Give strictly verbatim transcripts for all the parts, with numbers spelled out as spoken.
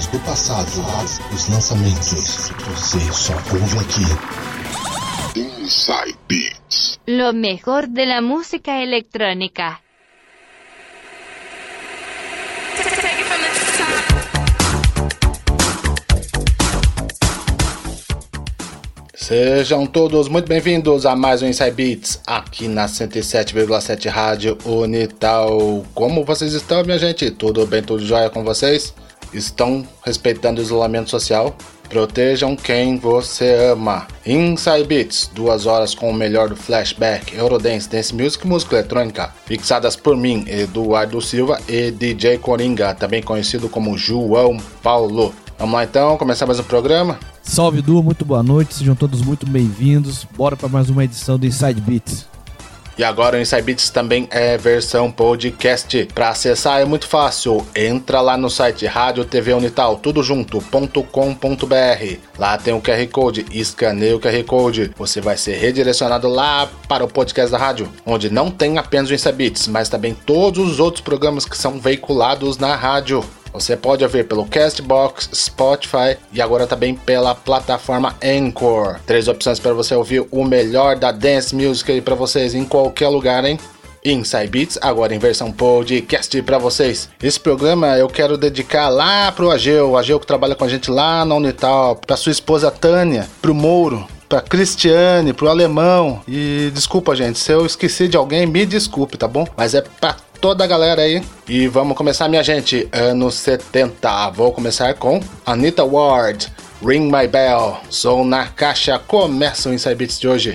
músicas do passado, os lançamentos, você só ouve aqui. Inside Beats. Lo mejor de la música electrónica. Sejam todos muito bem-vindos a mais um Inside Beats aqui na cento e sete vírgula sete Rádio Unital. Como vocês estão, minha gente? Tudo bem, tudo jóia com vocês? Estão respeitando o isolamento social? Protejam quem você ama. Inside Beats, duas horas com o melhor do flashback, Eurodance, Dance Music e música eletrônica, fixadas por mim, Eduardo Silva e D J Coringa, também conhecido como João Paulo. Vamos lá então, começar mais um programa? Salve Edu, muito boa noite, sejam todos muito bem-vindos. Bora para mais uma edição do Inside Beats. E agora o Inside Beats também é versão podcast. Para acessar é muito fácil, entra lá no site rádio t v unital tudo junto ponto com ponto b r. Lá tem o Q R Code, escaneia o Q R Code. Você vai ser redirecionado lá para o podcast da rádio, onde não tem apenas o Inside Beats, mas também todos os outros programas que são veiculados na rádio. Você pode ouvir pelo Castbox, Spotify e agora também pela plataforma Anchor. Três opções para você ouvir o melhor da Dance Music aí para vocês em qualquer lugar, hein? Inside Beats, agora em versão podcast para vocês. Esse programa eu quero dedicar lá pro Ageu, o Ageu que trabalha com a gente lá na Unital, pra sua esposa Tânia, pro Mouro, pra Cristiane, pro Alemão. E desculpa, gente, se eu esqueci de alguém, me desculpe, tá bom? Mas é pra toda a galera aí. E vamos começar, minha gente, anos setenta. Vou começar com Anita Ward, Ring My Bell. Som na caixa, começa o Inside Beats de hoje.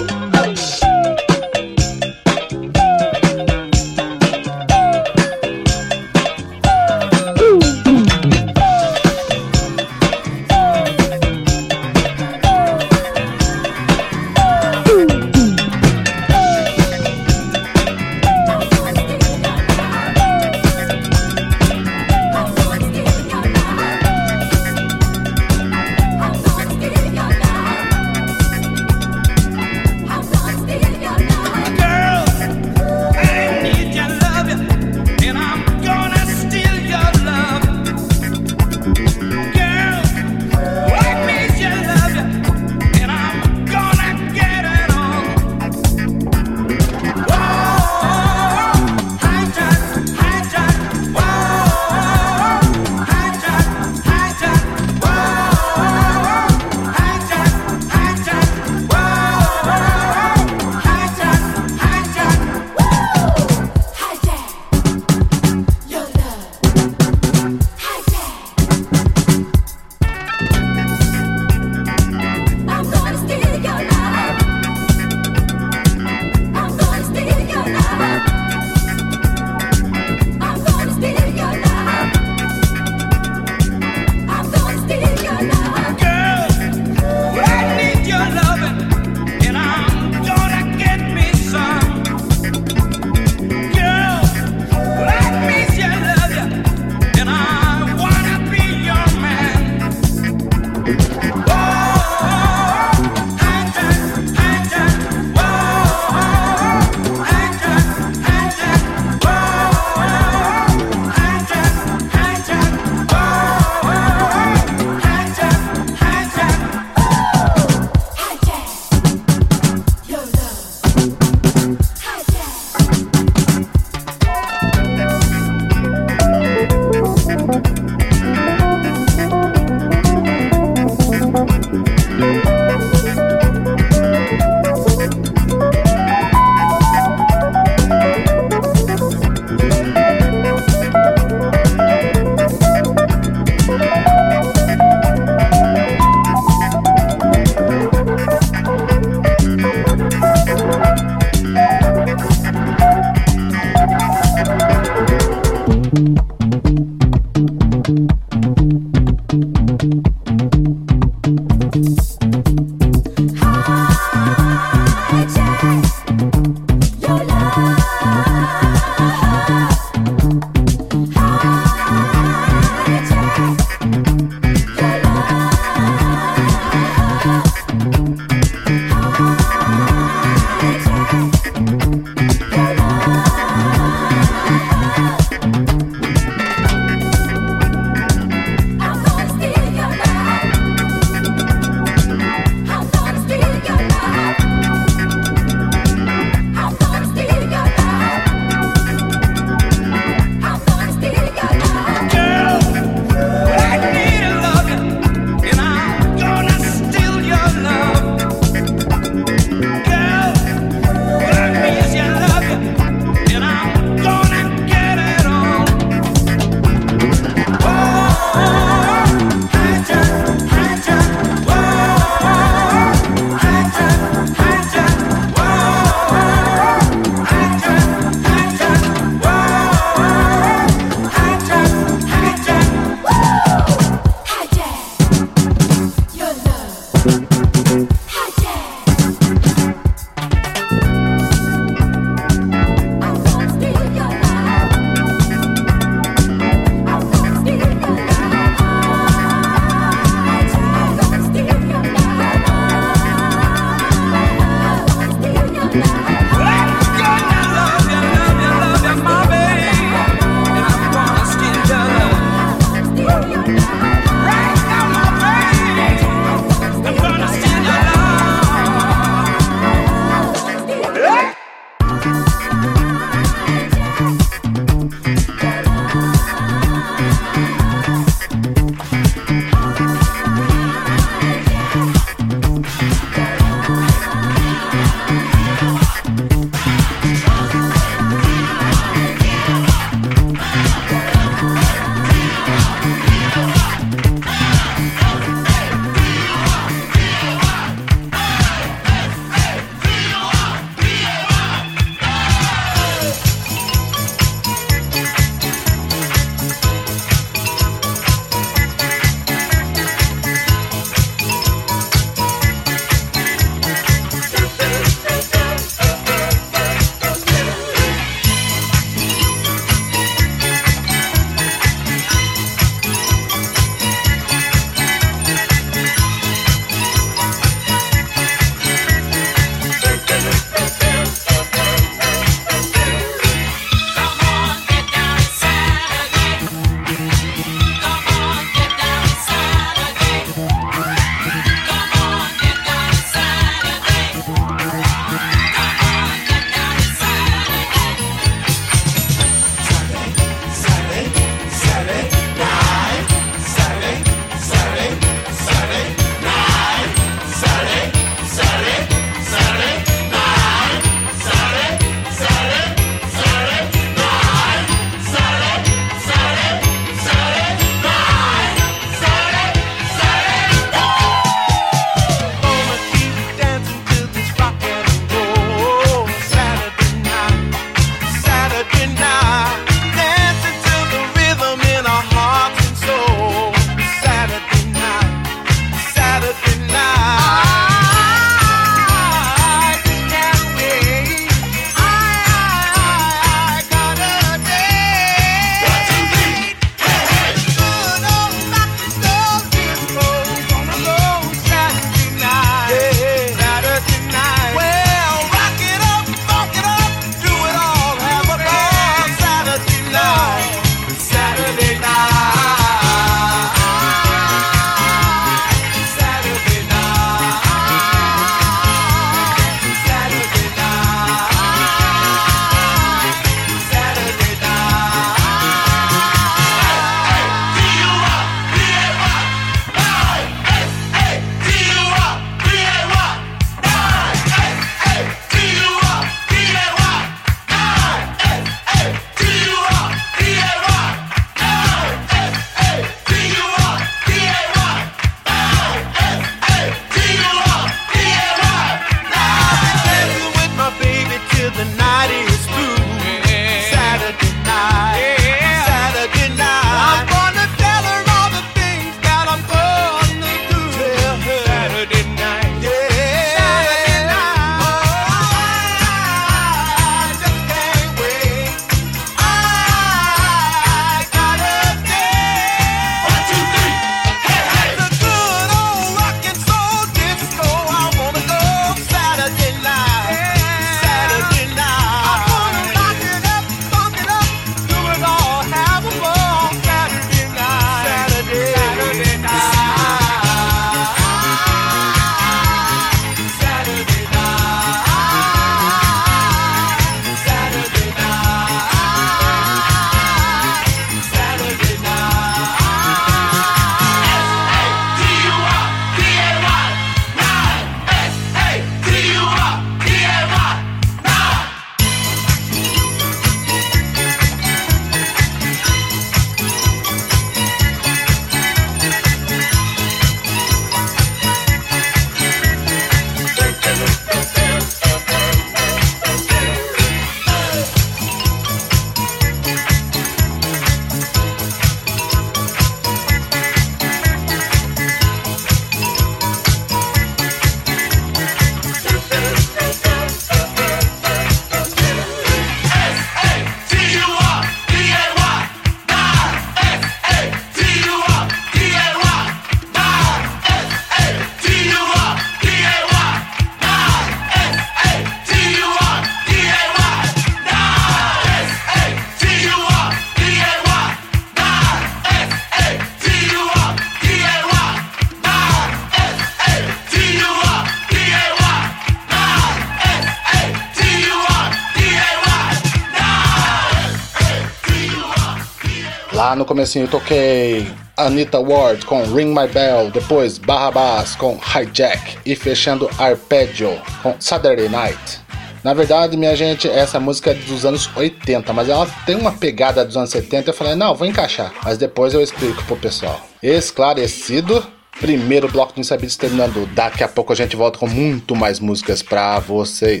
Lá no comecinho eu toquei Anita Ward com Ring My Bell, depois Barrabás com Hijack e fechando Arpeggio com Saturday Night. Na verdade, minha gente, essa música é dos anos oitenta, mas ela tem uma pegada dos anos setenta. Eu falei, não, vou encaixar, mas depois eu explico pro pessoal. Esclarecido, primeiro bloco de Inside Beats terminando. Daqui a pouco a gente volta com muito mais músicas pra vocês.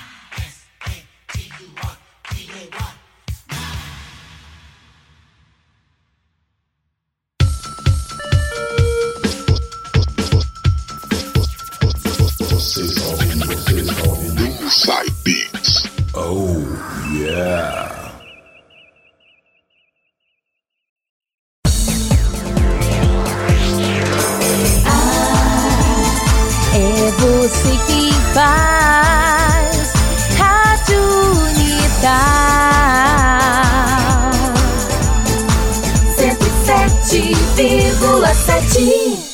Inside Beats. Oh, yeah. Ah, é você quem faz Rádio Unital cento e sete vírgula sete.